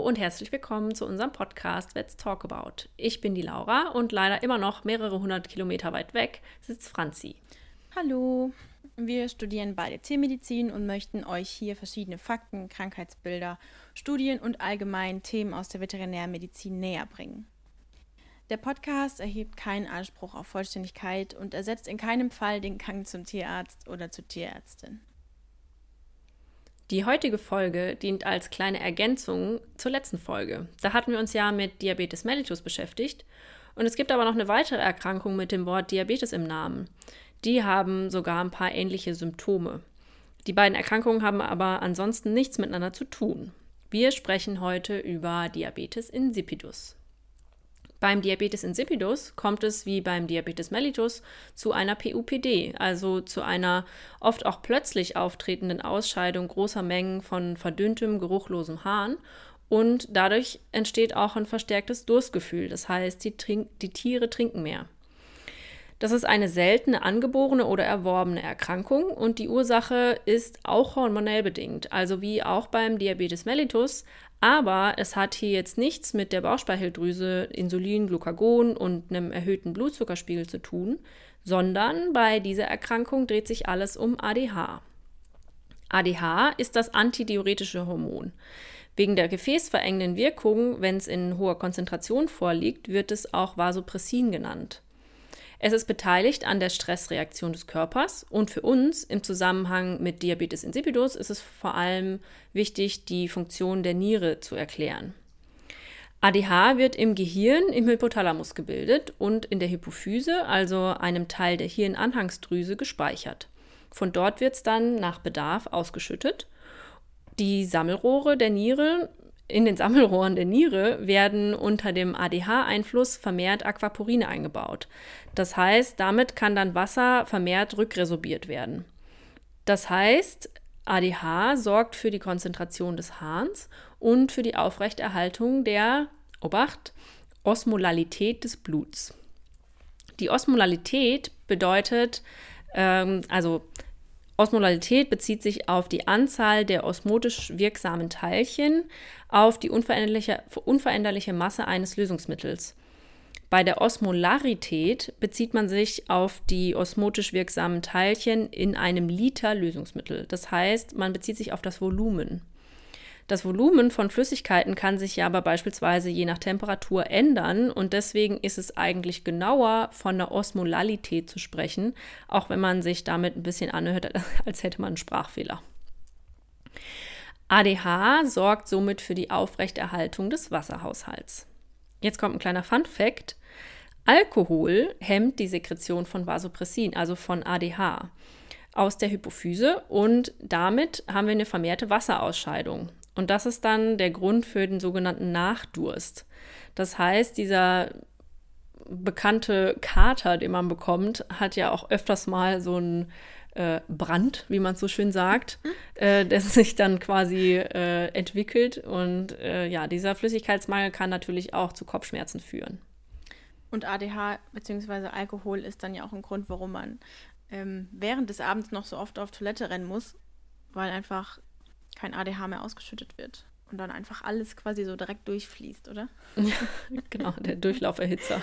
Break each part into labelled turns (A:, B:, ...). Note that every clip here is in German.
A: und herzlich willkommen zu unserem Podcast Let's Talk About. Ich bin die Laura und leider immer noch mehrere hundert Kilometer weit weg sitzt Franzi.
B: Hallo, wir studieren beide Tiermedizin und möchten euch hier verschiedene Fakten, Krankheitsbilder, Studien und allgemein Themen aus der Veterinärmedizin näher bringen. Der Podcast erhebt keinen Anspruch auf Vollständigkeit und ersetzt in keinem Fall den Gang zum Tierarzt oder zur Tierärztin.
A: Die heutige Folge dient als kleine Ergänzung zur letzten Folge. Da hatten wir uns ja mit Diabetes mellitus beschäftigt und es gibt aber noch eine weitere Erkrankung mit dem Wort Diabetes im Namen. Die haben sogar ein paar ähnliche Symptome. Die beiden Erkrankungen haben aber ansonsten nichts miteinander zu tun. Wir sprechen heute über Diabetes insipidus. Beim Diabetes insipidus kommt es wie beim Diabetes mellitus zu einer PUPD, also zu einer oft auch plötzlich auftretenden Ausscheidung großer Mengen von verdünntem, geruchlosem Harn und dadurch entsteht auch ein verstärktes Durstgefühl, das heißt, die Tiere trinken mehr. Das ist eine seltene angeborene oder erworbene Erkrankung und die Ursache ist auch hormonell bedingt, also wie auch beim Diabetes mellitus. Aber es hat hier jetzt nichts mit der Bauchspeicheldrüse, Insulin, Glucagon und einem erhöhten Blutzuckerspiegel zu tun, sondern bei dieser Erkrankung dreht sich alles um ADH. ADH ist das antidiuretische Hormon. Wegen der gefäßverengenden Wirkung, wenn es in hoher Konzentration vorliegt, wird es auch Vasopressin genannt. Es ist beteiligt an der Stressreaktion des Körpers und für uns im Zusammenhang mit Diabetes insipidus ist es vor allem wichtig, die Funktion der Niere zu erklären. ADH wird im Gehirn im Hypothalamus gebildet und in der Hypophyse, also einem Teil der Hirnanhangsdrüse, gespeichert. Von dort wird es dann nach Bedarf ausgeschüttet. Die Sammelrohre der Niere In den Sammelrohren der Niere werden unter dem ADH-Einfluss vermehrt Aquaporine eingebaut. Das heißt, damit kann dann Wasser vermehrt rückresorbiert werden. Das heißt, ADH sorgt für die Konzentration des Harns und für die Aufrechterhaltung der, Obacht, Osmolalität des Bluts. Die Osmolalität bedeutet, Osmolalität bezieht sich auf die Anzahl der osmotisch wirksamen Teilchen auf die unveränderliche Masse eines Lösungsmittels. Bei der Osmolarität bezieht man sich auf die osmotisch wirksamen Teilchen in einem Liter Lösungsmittel. Das heißt, man bezieht sich auf das Volumen. Das Volumen von Flüssigkeiten kann sich ja aber beispielsweise je nach Temperatur ändern und deswegen ist es eigentlich genauer von der Osmolalität zu sprechen, auch wenn man sich damit ein bisschen anhört, als hätte man einen Sprachfehler. ADH sorgt somit für die Aufrechterhaltung des Wasserhaushalts. Jetzt kommt ein kleiner Fun-Fact. Alkohol hemmt die Sekretion von Vasopressin, also von ADH, aus der Hypophyse und damit haben wir eine vermehrte Wasserausscheidung. Und das ist dann der Grund für den sogenannten Nachdurst. Das heißt, dieser bekannte Kater, den man bekommt, hat ja auch öfters mal so einen Brand, wie man so schön sagt, der sich dann quasi entwickelt. Und dieser Flüssigkeitsmangel kann natürlich auch zu Kopfschmerzen führen.
B: Und ADH bzw. Alkohol ist dann ja auch ein Grund, warum man während des Abends noch so oft auf Toilette rennen muss, weil einfach kein ADH mehr ausgeschüttet wird und dann einfach alles quasi so direkt durchfließt, oder?
A: Ja, genau, der Durchlauferhitzer.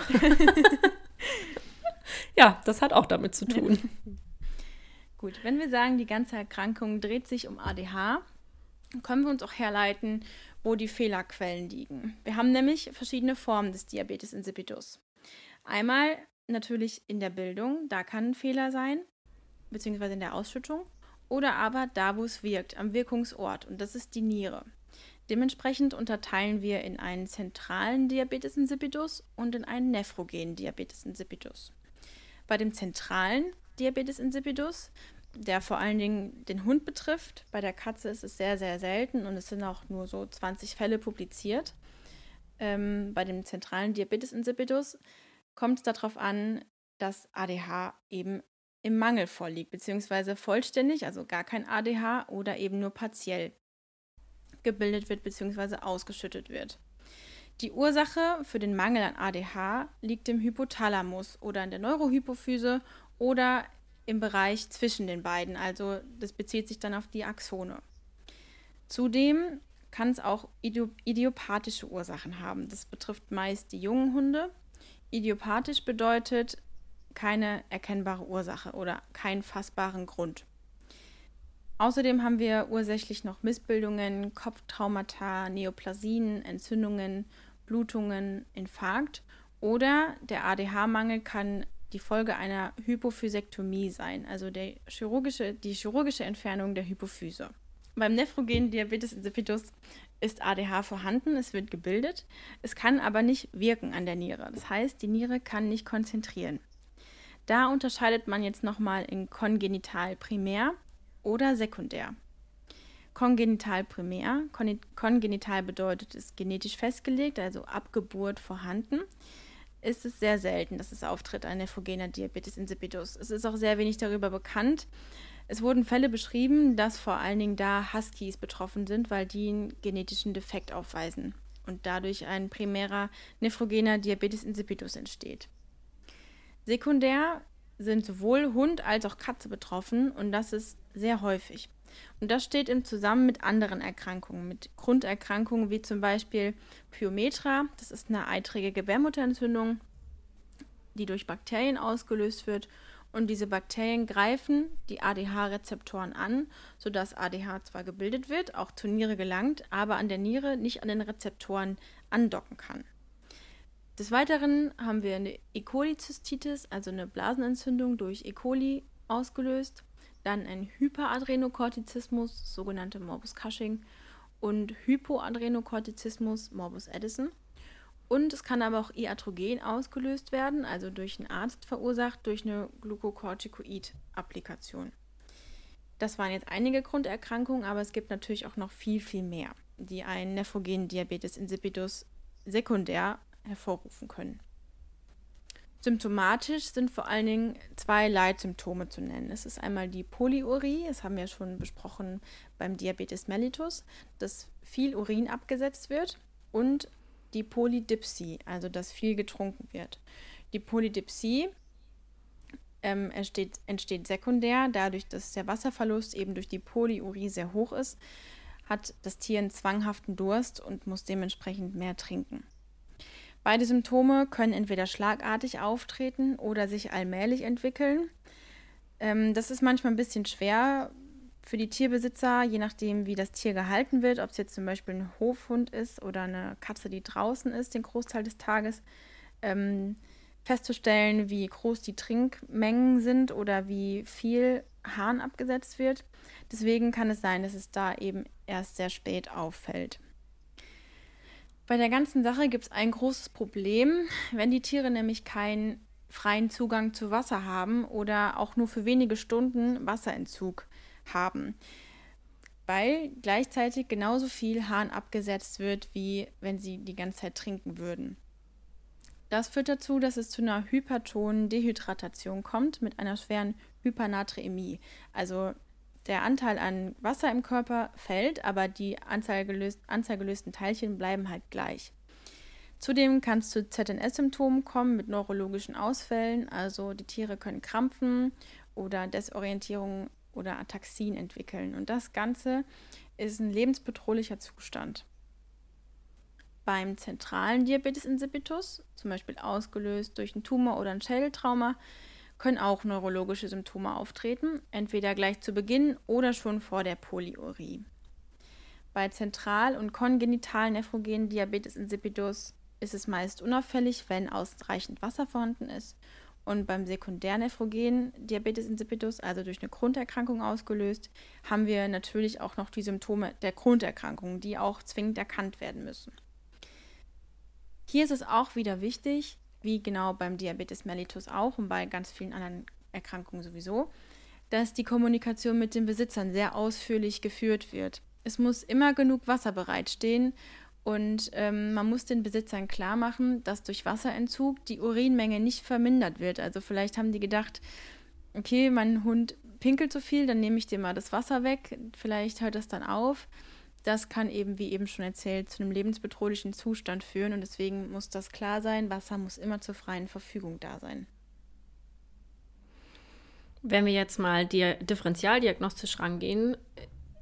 A: Ja, das hat auch damit zu tun.
B: Gut, wenn wir sagen, die ganze Erkrankung dreht sich um ADH, können wir uns auch herleiten, wo die Fehlerquellen liegen. Wir haben nämlich verschiedene Formen des Diabetes insipidus. Einmal natürlich in der Bildung, da kann ein Fehler sein, beziehungsweise in der Ausschüttung. Oder aber da, wo es wirkt, am Wirkungsort. Und das ist die Niere. Dementsprechend unterteilen wir in einen zentralen Diabetes insipidus und in einen nephrogenen Diabetes insipidus. Bei dem zentralen Diabetes insipidus, der vor allen Dingen den Hund betrifft, bei der Katze ist es sehr, sehr selten und es sind auch nur so 20 Fälle publiziert. Bei dem zentralen Diabetes insipidus kommt es darauf an, dass ADH eben im Mangel vorliegt, beziehungsweise vollständig, also gar kein ADH oder eben nur partiell gebildet wird, beziehungsweise ausgeschüttet wird. Die Ursache für den Mangel an ADH liegt im Hypothalamus oder in der Neurohypophyse oder im Bereich zwischen den beiden, also das bezieht sich dann auf die Axone. Zudem kann es auch idiopathische Ursachen haben. Das betrifft meist die jungen Hunde. Idiopathisch bedeutet keine erkennbare Ursache oder keinen fassbaren Grund. Außerdem haben wir ursächlich noch Missbildungen, Kopftraumata, Neoplasien, Entzündungen, Blutungen, Infarkt oder der ADH-Mangel kann die Folge einer Hypophysektomie sein, also die chirurgische Entfernung der Hypophyse. Beim nephrogenen Diabetes insipidus ist ADH vorhanden, es wird gebildet, es kann aber nicht wirken an der Niere. Das heißt, die Niere kann nicht konzentrieren. Da unterscheidet man jetzt nochmal in kongenital primär oder sekundär. Kongenital primär, kongenital bedeutet, es ist genetisch festgelegt, also ab Geburt vorhanden, ist es sehr selten, dass es auftritt, ein nephrogener Diabetes insipidus. Es ist auch sehr wenig darüber bekannt. Es wurden Fälle beschrieben, dass vor allen Dingen da Huskies betroffen sind, weil die einen genetischen Defekt aufweisen und dadurch ein primärer nephrogener Diabetes insipidus entsteht. Sekundär sind sowohl Hund als auch Katze betroffen und das ist sehr häufig. Und das steht im Zusammenhang mit anderen Erkrankungen, mit Grunderkrankungen wie zum Beispiel Pyometra, das ist eine eitrige Gebärmutterentzündung, die durch Bakterien ausgelöst wird. Und diese Bakterien greifen die ADH-Rezeptoren an, sodass ADH zwar gebildet wird, auch zur Niere gelangt, aber an der Niere nicht an den Rezeptoren andocken kann. Des Weiteren haben wir eine E. coli-Zystitis, also eine Blasenentzündung durch E. coli ausgelöst, dann ein Hyperadrenokortizismus, sogenannte Morbus Cushing, und Hypoadrenokortizismus, Morbus Addison. Und es kann aber auch iatrogen ausgelöst werden, also durch einen Arzt verursacht, durch eine Glucocorticoid-Applikation. Das waren jetzt einige Grunderkrankungen, aber es gibt natürlich auch noch viel, viel mehr, die einen nephrogenen Diabetes insipidus sekundär hervorrufen können. Symptomatisch sind vor allen Dingen 2 Leitsymptome zu nennen. Es ist einmal die Polyurie, das haben wir ja schon besprochen beim Diabetes mellitus, dass viel Urin abgesetzt wird, und die Polydipsie, also dass viel getrunken wird. Die Polydipsie entsteht sekundär, dadurch, dass der Wasserverlust eben durch die Polyurie sehr hoch ist, hat das Tier einen zwanghaften Durst und muss dementsprechend mehr trinken. Beide Symptome können entweder schlagartig auftreten oder sich allmählich entwickeln. Das ist manchmal ein bisschen schwer für die Tierbesitzer, je nachdem, wie das Tier gehalten wird, ob es jetzt zum Beispiel ein Hofhund ist oder eine Katze, die draußen ist, den Großteil des Tages, festzustellen, wie groß die Trinkmengen sind oder wie viel Harn abgesetzt wird. Deswegen kann es sein, dass es da eben erst sehr spät auffällt. Bei der ganzen Sache gibt es ein großes Problem, wenn die Tiere nämlich keinen freien Zugang zu Wasser haben oder auch nur für wenige Stunden Wasserentzug haben, weil gleichzeitig genauso viel Harn abgesetzt wird, wie wenn sie die ganze Zeit trinken würden. Das führt dazu, dass es zu einer hypertonen Dehydratation kommt mit einer schweren Hypernaträmie. Also der Anteil an Wasser im Körper fällt, aber die Anzahl gelösten Teilchen bleiben halt gleich. Zudem kann es zu ZNS-Symptomen kommen mit neurologischen Ausfällen, also die Tiere können krampfen oder Desorientierung oder Ataxien entwickeln. Und das Ganze ist ein lebensbedrohlicher Zustand. Beim zentralen Diabetes insipidus, zum Beispiel ausgelöst durch einen Tumor oder ein Schädeltrauma, können auch neurologische Symptome auftreten, entweder gleich zu Beginn oder schon vor der Polyurie. Bei zentral- und kongenitalen nephrogenen Diabetes insipidus ist es meist unauffällig, wenn ausreichend Wasser vorhanden ist. Und beim sekundärnephrogenen Diabetes insipidus, also durch eine Grunderkrankung ausgelöst, haben wir natürlich auch noch die Symptome der Grunderkrankung, die auch zwingend erkannt werden müssen. Hier ist es auch wieder wichtig, wie genau beim Diabetes mellitus auch und bei ganz vielen anderen Erkrankungen sowieso, dass die Kommunikation mit den Besitzern sehr ausführlich geführt wird. Es muss immer genug Wasser bereitstehen und man muss den Besitzern klar machen, dass durch Wasserentzug die Urinmenge nicht vermindert wird. Also vielleicht haben die gedacht, okay, mein Hund pinkelt so viel, dann nehme ich dir mal das Wasser weg, vielleicht hört das dann auf. Das kann eben, wie eben schon erzählt, zu einem lebensbedrohlichen Zustand führen und deswegen muss das klar sein, Wasser muss immer zur freien Verfügung da sein.
A: Wenn wir jetzt mal differenzialdiagnostisch rangehen,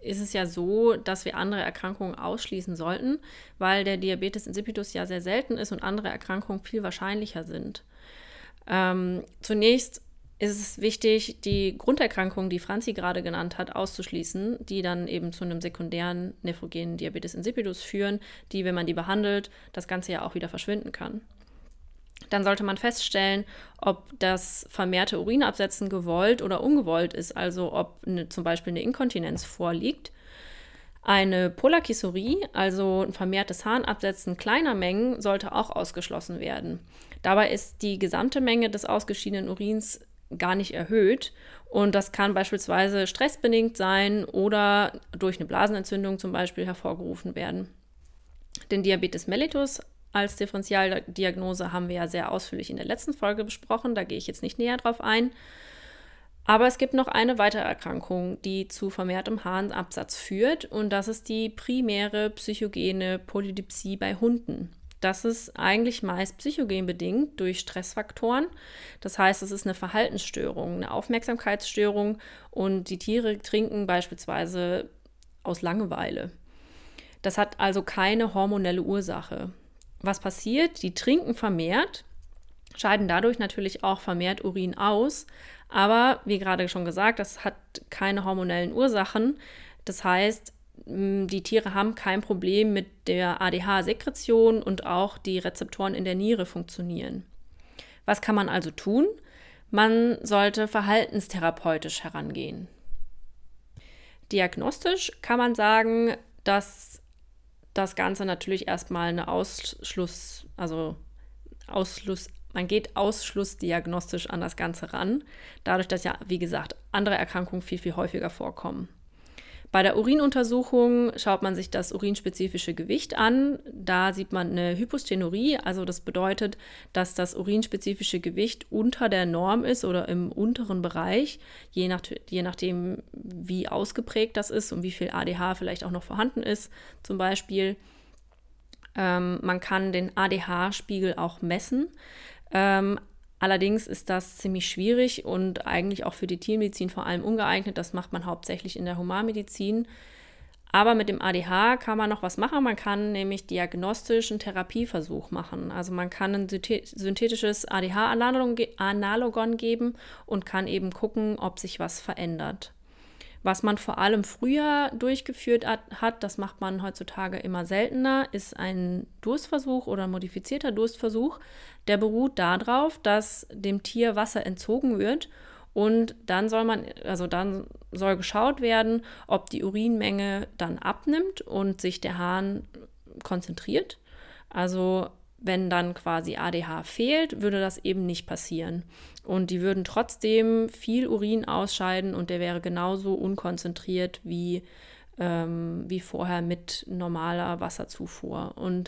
A: ist es ja so, dass wir andere Erkrankungen ausschließen sollten, weil der Diabetes insipidus ja sehr selten ist und andere Erkrankungen viel wahrscheinlicher sind. Zunächst ist es wichtig, die Grunderkrankungen, die Franzi gerade genannt hat, auszuschließen, die dann eben zu einem sekundären nephrogenen Diabetes insipidus führen, die, wenn man die behandelt, das Ganze ja auch wieder verschwinden kann. Dann sollte man feststellen, ob das vermehrte Urinabsetzen gewollt oder ungewollt ist, also ob zum Beispiel eine Inkontinenz vorliegt. Eine Polakisurie, also ein vermehrtes Harnabsetzen kleiner Mengen, sollte auch ausgeschlossen werden. Dabei ist die gesamte Menge des ausgeschiedenen Urins gar nicht erhöht und das kann beispielsweise stressbedingt sein oder durch eine Blasenentzündung zum Beispiel hervorgerufen werden. Den Diabetes mellitus als Differentialdiagnose haben wir ja sehr ausführlich in der letzten Folge besprochen, da gehe ich jetzt nicht näher drauf ein. Aber es gibt noch eine weitere Erkrankung, die zu vermehrtem Harnabsatz führt und das ist die primäre psychogene Polydipsie bei Hunden. Das ist eigentlich meist psychogen bedingt durch Stressfaktoren. Das heißt, es ist eine Verhaltensstörung, eine Aufmerksamkeitsstörung und die Tiere trinken beispielsweise aus Langeweile. Das hat also keine hormonelle Ursache. Was passiert? Die trinken vermehrt, scheiden dadurch natürlich auch vermehrt Urin aus, aber wie gerade schon gesagt, das hat keine hormonellen Ursachen. Das heißt, die Tiere haben kein Problem mit der ADH-Sekretion und auch die Rezeptoren in der Niere funktionieren. Was kann man also tun? Man sollte verhaltenstherapeutisch herangehen. Diagnostisch kann man sagen, dass das Ganze natürlich erstmal eine man geht ausschlussdiagnostisch an das Ganze ran, dadurch, dass ja, wie gesagt, andere Erkrankungen viel, viel häufiger vorkommen. Bei der Urinuntersuchung schaut man sich das urinspezifische Gewicht an. Da sieht man eine Hypostenurie, also das bedeutet, dass das urinspezifische Gewicht unter der Norm ist oder im unteren Bereich, je nachdem, wie ausgeprägt das ist und wie viel ADH vielleicht auch noch vorhanden ist, zum Beispiel. Man kann den ADH-Spiegel auch messen. Allerdings ist das ziemlich schwierig und eigentlich auch für die Tiermedizin vor allem ungeeignet. Das macht man hauptsächlich in der Humanmedizin. Aber mit dem ADH kann man noch was machen. Man kann nämlich diagnostischen Therapieversuch machen. Also man kann ein synthetisches ADH-Analogon geben und kann eben gucken, ob sich was verändert. Was man vor allem früher durchgeführt hat, das macht man heutzutage immer seltener, ist ein Durstversuch oder ein modifizierter Durstversuch. Der beruht darauf, dass dem Tier Wasser entzogen wird und dann soll geschaut werden, ob die Urinmenge dann abnimmt und sich der Hahn konzentriert. Also wenn dann quasi ADH fehlt, würde das eben nicht passieren. Und die würden trotzdem viel Urin ausscheiden und der wäre genauso unkonzentriert wie vorher mit normaler Wasserzufuhr. Und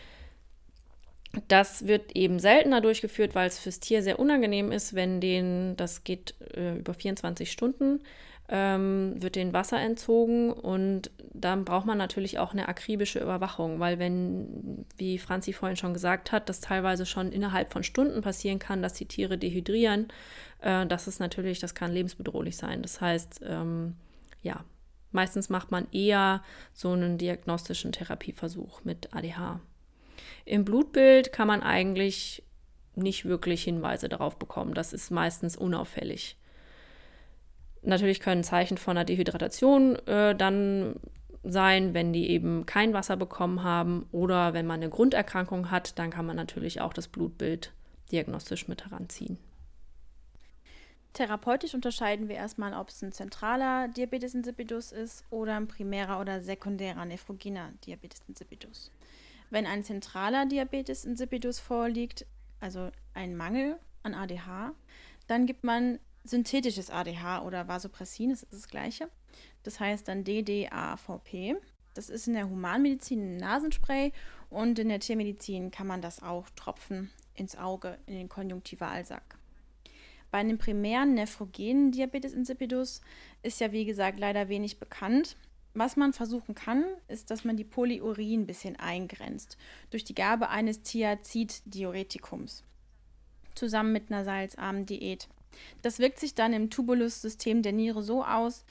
A: das wird eben seltener durchgeführt, weil es fürs Tier sehr unangenehm ist, das geht über 24 Stunden, wird denen Wasser entzogen und dann braucht man natürlich auch eine akribische Überwachung, weil wie Franzi vorhin schon gesagt hat, das teilweise schon innerhalb von Stunden passieren kann, dass die Tiere dehydrieren, das kann lebensbedrohlich sein. Das heißt, meistens macht man eher so einen diagnostischen Therapieversuch mit ADH. Im Blutbild kann man eigentlich nicht wirklich Hinweise darauf bekommen. Das ist meistens unauffällig. Natürlich können Zeichen von einer Dehydratation dann sein, wenn die eben kein Wasser bekommen haben oder wenn man eine Grunderkrankung hat, dann kann man natürlich auch das Blutbild diagnostisch mit heranziehen.
B: Therapeutisch unterscheiden wir erstmal, ob es ein zentraler Diabetes insipidus ist oder ein primärer oder sekundärer nephrogener Diabetes insipidus. Wenn ein zentraler Diabetes insipidus vorliegt, also ein Mangel an ADH, dann gibt man synthetisches ADH oder Vasopressin, das ist das Gleiche. Das heißt dann DDAVP. Das ist in der Humanmedizin ein Nasenspray und in der Tiermedizin kann man das auch tropfen ins Auge, in den Konjunktivalsack. Bei einem primären nephrogenen Diabetes insipidus ist ja wie gesagt leider wenig bekannt. Was man versuchen kann, ist, dass man die Polyurie ein bisschen eingrenzt durch die Gabe eines Thiazid-Diuretikums zusammen mit einer salzarmen Diät. Das wirkt sich dann im Tubulussystem der Niere so aus,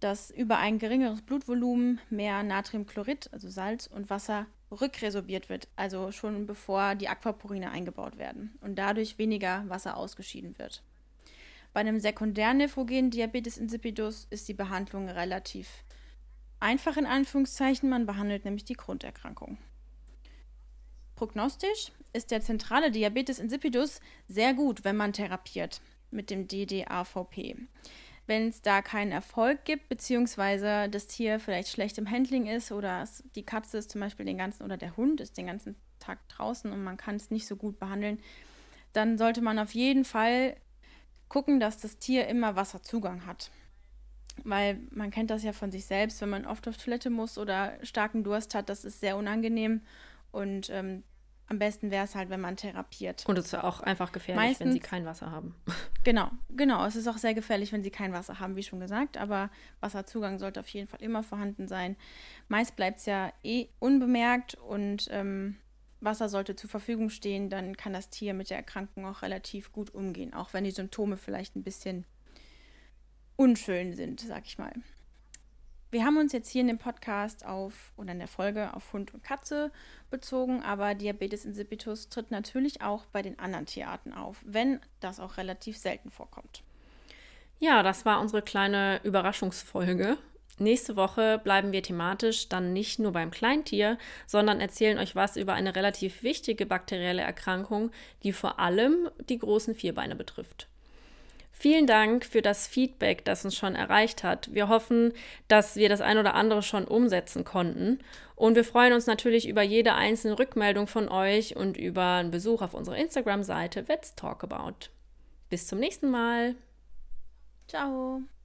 B: dass über ein geringeres Blutvolumen mehr Natriumchlorid, also Salz und Wasser, rückresorbiert wird, also schon bevor die Aquaporine eingebaut werden und dadurch weniger Wasser ausgeschieden wird. Bei einem sekundären nephrogenen Diabetes insipidus ist die Behandlung relativ einfach in Anführungszeichen, man behandelt nämlich die Grunderkrankung. Prognostisch ist der zentrale Diabetes insipidus sehr gut, wenn man therapiert mit dem DDAVP. Wenn es da keinen Erfolg gibt, beziehungsweise das Tier vielleicht schlecht im Handling ist oder die Katze ist zum Beispiel oder der Hund ist den ganzen Tag draußen und man kann es nicht so gut behandeln, dann sollte man auf jeden Fall gucken, dass das Tier immer Wasserzugang hat. Weil man kennt das ja von sich selbst, wenn man oft auf Toilette muss oder starken Durst hat, das ist sehr unangenehm und am besten wäre es halt, wenn man therapiert.
A: Und es ist auch einfach gefährlich, wenn sie kein Wasser haben.
B: Genau. Es ist auch sehr gefährlich, wenn sie kein Wasser haben, wie schon gesagt. Aber Wasserzugang sollte auf jeden Fall immer vorhanden sein. Meist bleibt es ja unbemerkt und Wasser sollte zur Verfügung stehen. Dann kann das Tier mit der Erkrankung auch relativ gut umgehen. Auch wenn die Symptome vielleicht ein bisschen unschön sind, sag ich mal. Wir haben uns jetzt hier in dem Podcast in der Folge auf Hund und Katze bezogen, aber Diabetes insipidus tritt natürlich auch bei den anderen Tierarten auf, wenn das auch relativ selten vorkommt.
A: Ja, das war unsere kleine Überraschungsfolge. Nächste Woche bleiben wir thematisch dann nicht nur beim Kleintier, sondern erzählen euch was über eine relativ wichtige bakterielle Erkrankung, die vor allem die großen Vierbeiner betrifft. Vielen Dank für das Feedback, das uns schon erreicht hat. Wir hoffen, dass wir das ein oder andere schon umsetzen konnten. Und wir freuen uns natürlich über jede einzelne Rückmeldung von euch und über einen Besuch auf unserer Instagram-Seite Let's Talk About. Bis zum nächsten Mal.
B: Ciao.